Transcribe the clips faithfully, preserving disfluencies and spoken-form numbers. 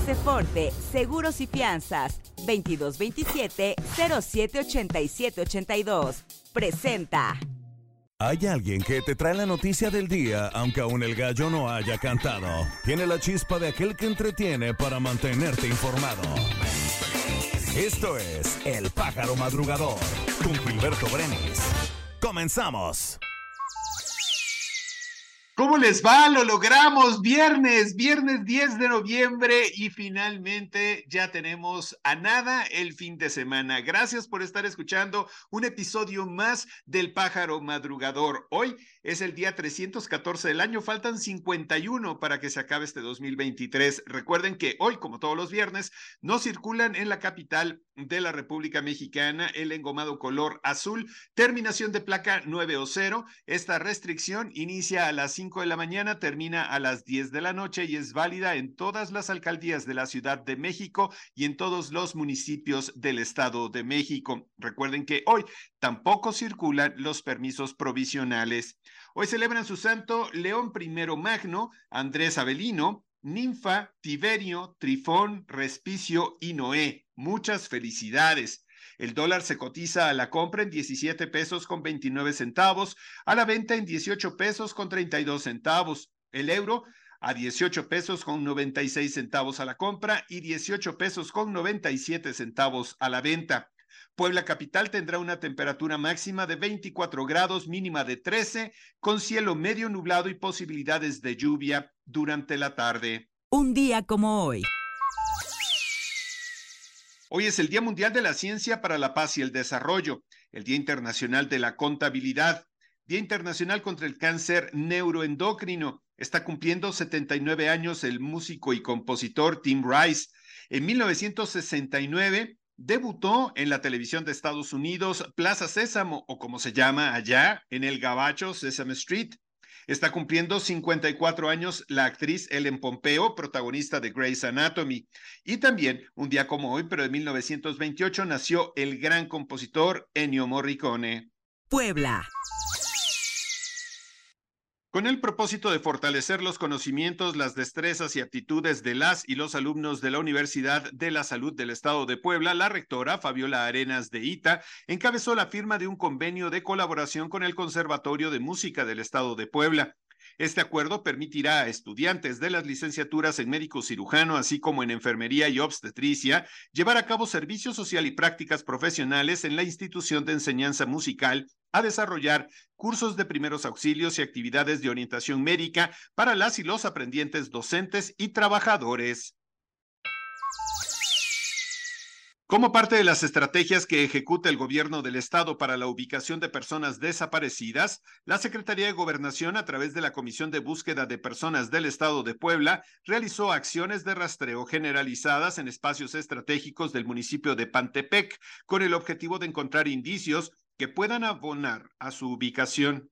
Paseforte, Seguros y Fianzas, veintidós veintisiete, cero siete ochenta y siete ochenta y dos. Presenta. Hay alguien que te trae la noticia del día, aunque aún el gallo no haya cantado. Tiene la chispa de aquel que entretiene para mantenerte informado. Esto es El Pájaro Madrugador, con Gilberto Brenis. ¡Comenzamos! ¿Cómo les va? Lo logramos, viernes, viernes diez de noviembre y finalmente ya tenemos a nada el fin de semana. Gracias por estar escuchando un episodio más del Pájaro Madrugador. Hoy es el día trescientos catorce del año, faltan cincuenta y uno para que se acabe este dos mil veintitrés. Recuerden que hoy, como todos los viernes, no circulan en la capital de la República Mexicana el engomado color azul, terminación de placa nueve o cero. Esta restricción inicia a las cinco de la mañana, termina a las diez de la noche y es válida en todas las alcaldías de la Ciudad de México y en todos los municipios del Estado de México. Recuerden que hoy tampoco circulan los permisos provisionales. Hoy celebran su santo León I Magno, Andrés Avelino, Ninfa, Tiberio, Trifón, Respicio y Noé. Muchas felicidades. El dólar se cotiza a la compra en diecisiete pesos con veintinueve centavos, a la venta en dieciocho pesos con treinta y dos centavos. El euro a dieciocho pesos con noventa y seis centavos a la compra y dieciocho pesos con noventa y siete centavos a la venta. Puebla capital tendrá una temperatura máxima de veinticuatro grados, mínima de trece, con cielo medio nublado y posibilidades de lluvia durante la tarde. Un día como hoy. Hoy es el Día Mundial de la Ciencia para la Paz y el Desarrollo, el Día Internacional de la Contabilidad, Día Internacional contra el Cáncer Neuroendocrino. Está cumpliendo setenta y nueve años el músico y compositor Tim Rice. En mil novecientos sesenta y nueve debutó en la televisión de Estados Unidos Plaza Sésamo, o como se llama allá, en el gabacho Sesame Street. Está cumpliendo cincuenta y cuatro años la actriz Ellen Pompeo, protagonista de Grey's Anatomy. Y también, un día como hoy, pero de mil novecientos veintiocho, nació el gran compositor Ennio Morricone. Puebla. Con el propósito de fortalecer los conocimientos, las destrezas y aptitudes de las y los alumnos de la Universidad de la Salud del Estado de Puebla, la rectora Fabiola Arenas de Ita encabezó la firma de un convenio de colaboración con el Conservatorio de Música del Estado de Puebla. Este acuerdo permitirá a estudiantes de las licenciaturas en médico cirujano, así como en enfermería y obstetricia, llevar a cabo servicio social y prácticas profesionales en la institución de enseñanza musical, a desarrollar cursos de primeros auxilios y actividades de orientación médica para las y los aprendientes docentes y trabajadores. Como parte de las estrategias que ejecuta el gobierno del estado para la ubicación de personas desaparecidas, la Secretaría de Gobernación, a través de la Comisión de Búsqueda de Personas del Estado de Puebla, realizó acciones de rastreo generalizadas en espacios estratégicos del municipio de Pantepec, con el objetivo de encontrar indicios que puedan abonar a su ubicación.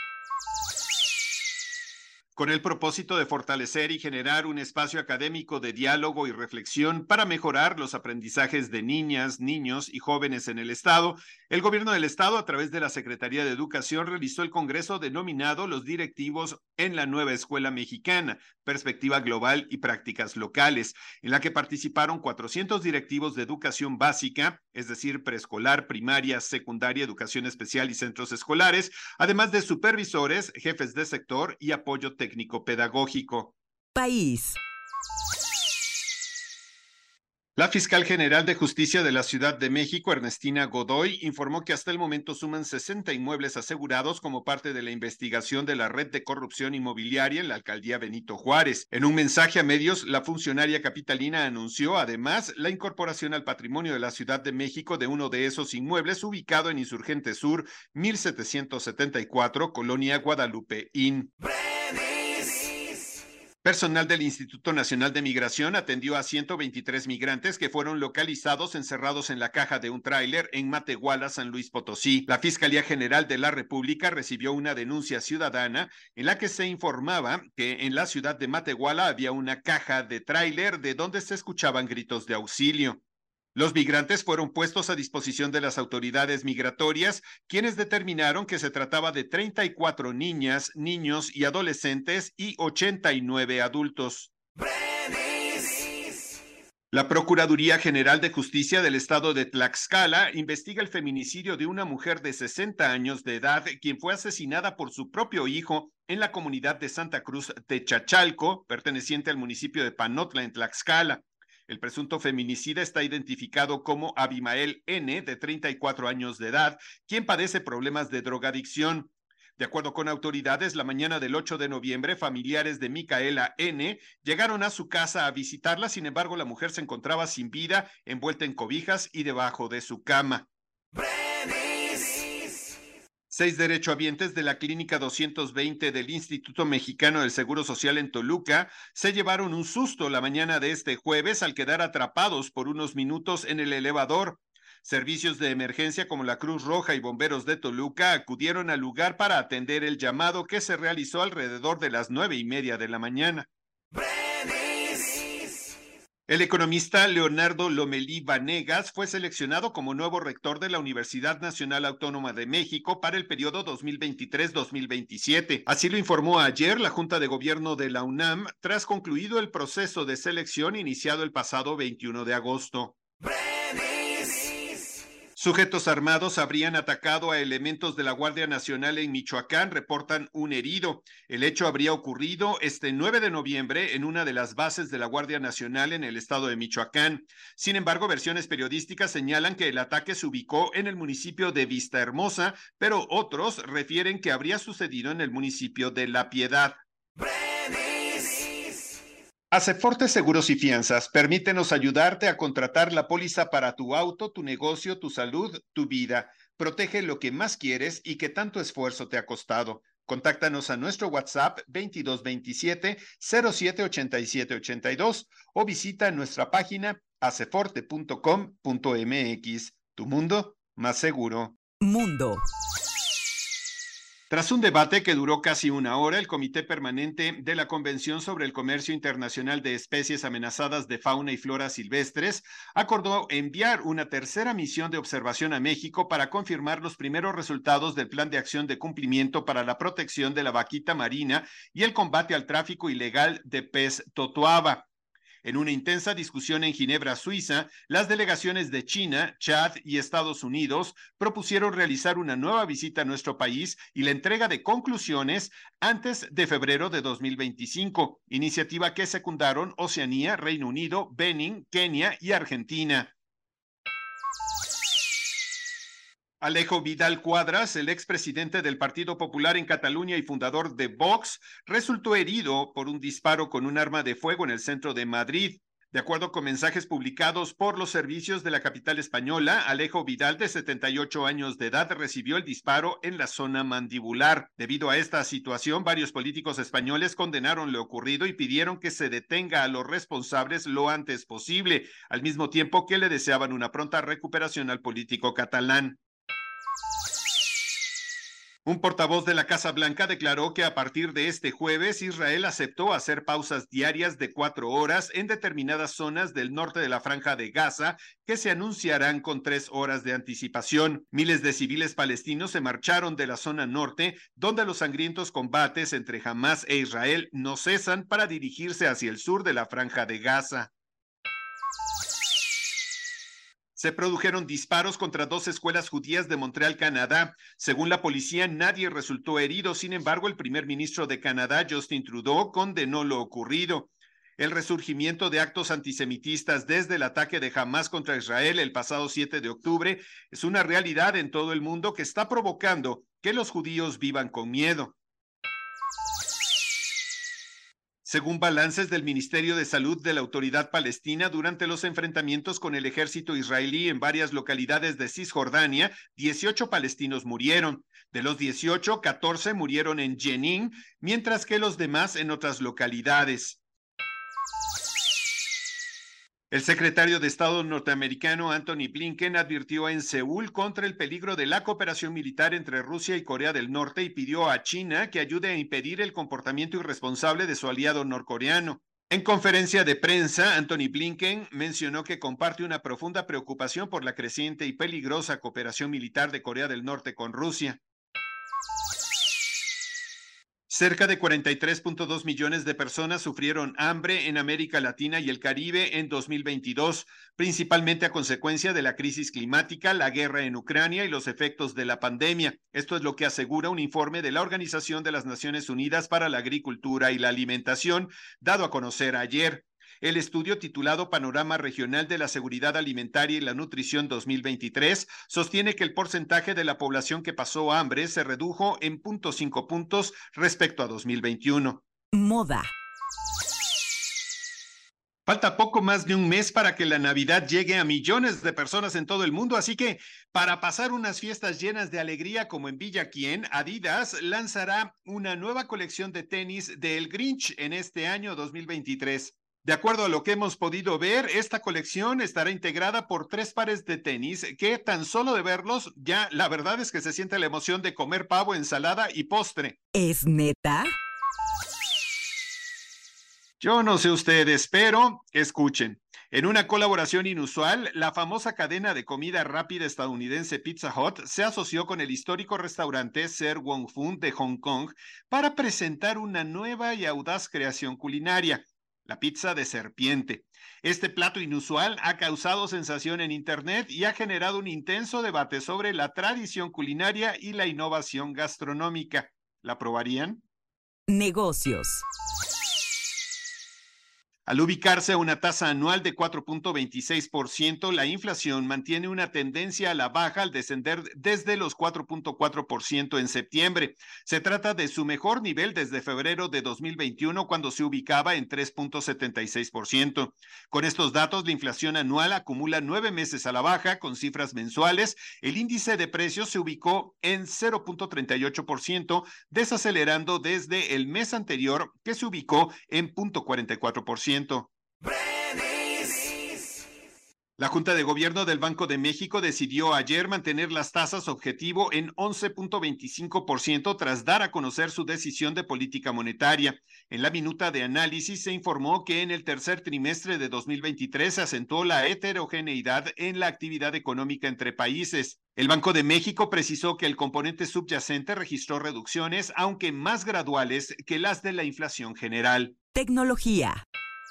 Con el propósito de fortalecer y generar un espacio académico de diálogo y reflexión para mejorar los aprendizajes de niñas, niños y jóvenes en el Estado, el gobierno del Estado, a través de la Secretaría de Educación, realizó el congreso denominado Los Directivos en la Nueva Escuela Mexicana, Perspectiva Global y Prácticas Locales, en la que participaron cuatrocientos directivos de educación básica, es decir, preescolar, primaria, secundaria, educación especial y centros escolares, además de supervisores, jefes de sector y apoyo técnico. técnico pedagógico. País. La fiscal general de Justicia de la Ciudad de México, Ernestina Godoy, informó que hasta el momento suman sesenta inmuebles asegurados como parte de la investigación de la red de corrupción inmobiliaria en la alcaldía Benito Juárez. En un mensaje a medios, la funcionaria capitalina anunció además la incorporación al patrimonio de la Ciudad de México de uno de esos inmuebles ubicado en Insurgente Sur, mil setecientos setenta y cuatro, Colonia Guadalupe Inn. Personal del Instituto Nacional de Migración atendió a ciento veintitrés migrantes que fueron localizados encerrados en la caja de un tráiler en Matehuala, San Luis Potosí. La Fiscalía General de la República recibió una denuncia ciudadana en la que se informaba que en la ciudad de Matehuala había una caja de tráiler de donde se escuchaban gritos de auxilio. Los migrantes fueron puestos a disposición de las autoridades migratorias, quienes determinaron que se trataba de treinta y cuatro niñas, niños y adolescentes y ochenta y nueve adultos. La Procuraduría General de Justicia del Estado de Tlaxcala investiga el feminicidio de una mujer de sesenta años de edad, quien fue asesinada por su propio hijo en la comunidad de Santa Cruz Techachalco, perteneciente al municipio de Panotla, en Tlaxcala. El presunto feminicida está identificado como Abimael N., de treinta y cuatro años de edad, quien padece problemas de drogadicción. De acuerdo con autoridades, la mañana del ocho de noviembre, familiares de Micaela N. llegaron a su casa a visitarla. Sin embargo, la mujer se encontraba sin vida, envuelta en cobijas y debajo de su cama. Seis derechohabientes de la Clínica doscientos veinte del Instituto Mexicano del Seguro Social en Toluca se llevaron un susto la mañana de este jueves al quedar atrapados por unos minutos en el elevador. Servicios de emergencia como la Cruz Roja y bomberos de Toluca acudieron al lugar para atender el llamado que se realizó alrededor de las nueve y media de la mañana. El economista Leonardo Lomelí Vanegas fue seleccionado como nuevo rector de la Universidad Nacional Autónoma de México para el periodo dos mil veintitrés dos mil veintisiete. Así lo informó ayer la Junta de Gobierno de la UNAM, tras concluido el proceso de selección iniciado el pasado veintiuno de agosto. Sujetos armados habrían atacado a elementos de la Guardia Nacional en Michoacán, reportan un herido. El hecho habría ocurrido este nueve de noviembre en una de las bases de la Guardia Nacional en el estado de Michoacán. Sin embargo, versiones periodísticas señalan que el ataque se ubicó en el municipio de Vistahermosa, pero otros refieren que habría sucedido en el municipio de La Piedad. Aceforte Seguros y Fianzas, permítenos ayudarte a contratar la póliza para tu auto, tu negocio, tu salud, tu vida. Protege lo que más quieres y que tanto esfuerzo te ha costado. Contáctanos a nuestro WhatsApp veintidós veintisiete cero siete ochenta y siete ochenta y dos o visita nuestra página aceforte punto com punto mx. Tu mundo más seguro. Mundo. Tras un debate que duró casi una hora, el Comité Permanente de la Convención sobre el Comercio Internacional de Especies Amenazadas de Fauna y Flora Silvestres acordó enviar una tercera misión de observación a México para confirmar los primeros resultados del Plan de Acción de Cumplimiento para la Protección de la Vaquita Marina y el combate al tráfico ilegal de pez totoaba. En una intensa discusión en Ginebra, Suiza, las delegaciones de China, Chad y Estados Unidos propusieron realizar una nueva visita a nuestro país y la entrega de conclusiones antes de febrero de dos mil veinticinco, iniciativa que secundaron Oceanía, Reino Unido, Benín, Kenia y Argentina. Alejo Vidal Cuadras, el expresidente del Partido Popular en Cataluña y fundador de Vox, resultó herido por un disparo con un arma de fuego en el centro de Madrid. De acuerdo con mensajes publicados por los servicios de la capital española, Alejo Vidal, de setenta y ocho años de edad, recibió el disparo en la zona mandibular. Debido a esta situación, varios políticos españoles condenaron lo ocurrido y pidieron que se detenga a los responsables lo antes posible, al mismo tiempo que le deseaban una pronta recuperación al político catalán. Un portavoz de la Casa Blanca declaró que a partir de este jueves Israel aceptó hacer pausas diarias de cuatro horas en determinadas zonas del norte de la Franja de Gaza que se anunciarán con tres horas de anticipación. Miles de civiles palestinos se marcharon de la zona norte, donde los sangrientos combates entre Hamás e Israel no cesan, para dirigirse hacia el sur de la Franja de Gaza. Se produjeron disparos contra dos escuelas judías de Montreal, Canadá. Según la policía, nadie resultó herido. Sin embargo, el primer ministro de Canadá, Justin Trudeau, condenó lo ocurrido. El resurgimiento de actos antisemitistas desde el ataque de Hamás contra Israel el pasado siete de octubre es una realidad en todo el mundo que está provocando que los judíos vivan con miedo. Según balances del Ministerio de Salud de la Autoridad Palestina, durante los enfrentamientos con el ejército israelí en varias localidades de Cisjordania, dieciocho palestinos murieron. De los dieciocho, catorce murieron en Jenin, mientras que los demás en otras localidades. El secretario de Estado norteamericano Antony Blinken advirtió en Seúl contra el peligro de la cooperación militar entre Rusia y Corea del Norte y pidió a China que ayude a impedir el comportamiento irresponsable de su aliado norcoreano. En conferencia de prensa, Antony Blinken mencionó que comparte una profunda preocupación por la creciente y peligrosa cooperación militar de Corea del Norte con Rusia. Cerca de cuarenta y tres punto dos millones de personas sufrieron hambre en América Latina y el Caribe en dos mil veintidós, principalmente a consecuencia de la crisis climática, la guerra en Ucrania y los efectos de la pandemia. Esto es lo que asegura un informe de la Organización de las Naciones Unidas para la Agricultura y la Alimentación, dado a conocer ayer. El estudio titulado Panorama Regional de la Seguridad Alimentaria y la Nutrición dos mil veintitrés sostiene que el porcentaje de la población que pasó hambre se redujo en cero punto cinco puntos respecto a dos mil veintiuno. Moda. Falta poco más de un mes para que la Navidad llegue a millones de personas en todo el mundo, así que para pasar unas fiestas llenas de alegría como en Villa Quién, Adidas lanzará una nueva colección de tenis de El Grinch en este año dos mil veintitrés. De acuerdo a lo que hemos podido ver, esta colección estará integrada por tres pares de tenis que tan solo de verlos, ya la verdad es que se siente la emoción de comer pavo, ensalada y postre. ¿Es neta? Yo no sé ustedes, pero escuchen. En una colaboración inusual, la famosa cadena de comida rápida estadounidense Pizza Hut se asoció con el histórico restaurante Ser Wong Fun de Hong Kong para presentar una nueva y audaz creación culinaria, la pizza de serpiente. Este plato inusual ha causado sensación en Internet y ha generado un intenso debate sobre la tradición culinaria y la innovación gastronómica. ¿La probarían? Negocios. Al ubicarse a una tasa anual de cuatro punto veintiséis por ciento, la inflación mantiene una tendencia a la baja al descender desde los cuatro punto cuatro por ciento en septiembre. Se trata de su mejor nivel desde febrero de dos mil veintiuno, cuando se ubicaba en tres punto setenta y seis por ciento. Con estos datos, la inflación anual acumula nueve meses a la baja. Con cifras mensuales, el índice de precios se ubicó en cero punto treinta y ocho por ciento, desacelerando desde el mes anterior, que se ubicó en cero punto cuarenta y cuatro por ciento. La Junta de Gobierno del Banco de México decidió ayer mantener las tasas objetivo en once punto veinticinco por ciento tras dar a conocer su decisión de política monetaria. En la minuta de análisis se informó que en el tercer trimestre de dos mil veintitrés se acentuó la heterogeneidad en la actividad económica entre países. El Banco de México precisó que el componente subyacente registró reducciones, aunque más graduales que las de la inflación general. Tecnología.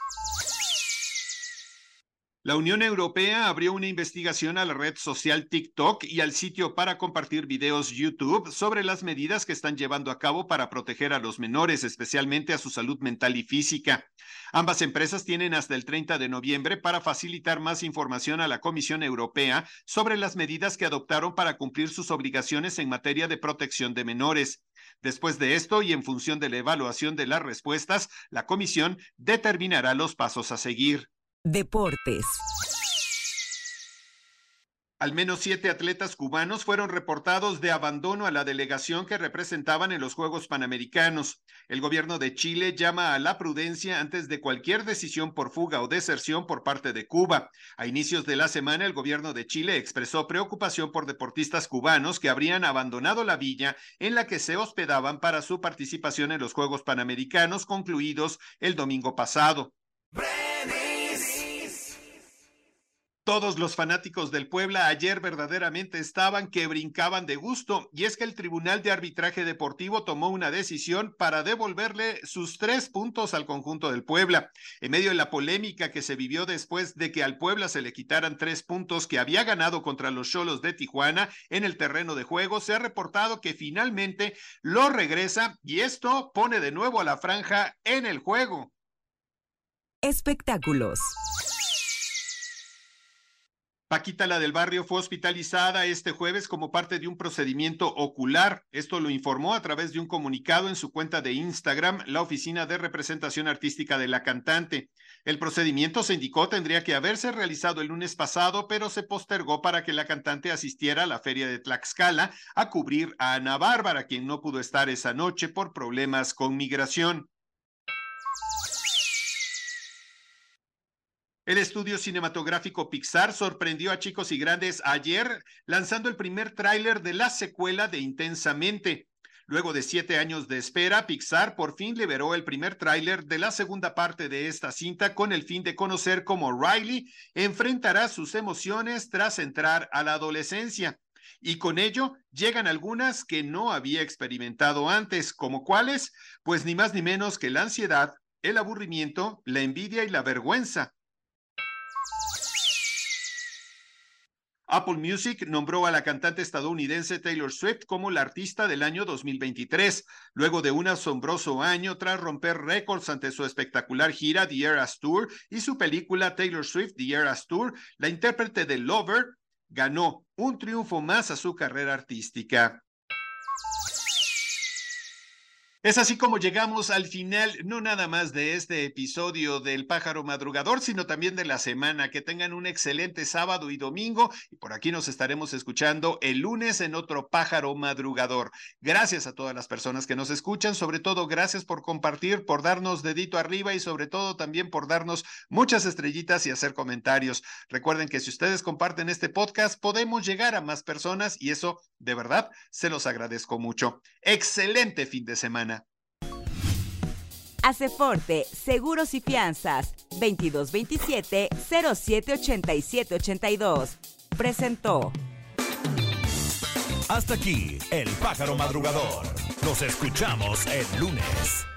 La Unión Europea abrió una investigación a la red social TikTok y al sitio para compartir videos YouTube sobre las medidas que están llevando a cabo para proteger a los menores, especialmente a su salud mental y física. Ambas empresas tienen hasta el treinta de noviembre para facilitar más información a la Comisión Europea sobre las medidas que adoptaron para cumplir sus obligaciones en materia de protección de menores. Después de esto, y en función de la evaluación de las respuestas, la Comisión determinará los pasos a seguir. Deportes. Al menos siete atletas cubanos fueron reportados de abandono a la delegación que representaban en los Juegos Panamericanos. El gobierno de Chile llama a la prudencia antes de cualquier decisión por fuga o deserción por parte de Cuba. A inicios de la semana, el gobierno de Chile expresó preocupación por deportistas cubanos que habrían abandonado la villa en la que se hospedaban para su participación en los Juegos Panamericanos concluidos el domingo pasado. Todos los fanáticos del Puebla ayer verdaderamente estaban que brincaban de gusto, y es que el Tribunal de Arbitraje Deportivo tomó una decisión para devolverle sus tres puntos al conjunto del Puebla. En medio de la polémica que se vivió después de que al Puebla se le quitaran tres puntos que había ganado contra los Xolos de Tijuana en el terreno de juego, se ha reportado que finalmente lo regresa, y esto pone de nuevo a la franja en el juego. Espectáculos. Paquita, la del barrio, fue hospitalizada este jueves como parte de un procedimiento ocular. Esto lo informó a través de un comunicado en su cuenta de Instagram la Oficina de Representación Artística de la cantante. El procedimiento, se indicó, tendría que haberse realizado el lunes pasado, pero se postergó para que la cantante asistiera a la feria de Tlaxcala a cubrir a Ana Bárbara, quien no pudo estar esa noche por problemas con migración. El estudio cinematográfico Pixar sorprendió a chicos y grandes ayer lanzando el primer tráiler de la secuela de Intensamente. Luego de siete años de espera, Pixar por fin liberó el primer tráiler de la segunda parte de esta cinta con el fin de conocer cómo Riley enfrentará sus emociones tras entrar a la adolescencia. Y con ello llegan algunas que no había experimentado antes, ¿como cuáles? Pues ni más ni menos que la ansiedad, el aburrimiento, la envidia y la vergüenza. Apple Music nombró a la cantante estadounidense Taylor Swift como la artista del año dos mil veintitrés, luego de un asombroso año tras romper récords ante su espectacular gira The Eras Tour y su película Taylor Swift The Eras Tour. La intérprete de Lover ganó un triunfo más a su carrera artística. Es así como llegamos al final, no nada más de este episodio del Pájaro Madrugador, sino también de la semana. Que tengan un excelente sábado y domingo, y por aquí nos estaremos escuchando el lunes en otro Pájaro Madrugador. Gracias a todas las personas que nos escuchan, sobre todo gracias por compartir, por darnos dedito arriba y sobre todo también por darnos muchas estrellitas y hacer comentarios. Recuerden que si ustedes comparten este podcast, podemos llegar a más personas y eso, de verdad, se los agradezco mucho. Excelente fin de semana. Aceforte, Seguros y Fianzas, veintidós veintisiete, cero siete ochenta y siete ochenta y dos. Presentó. Hasta aquí, el Pájaro Madrugador. Nos escuchamos el lunes.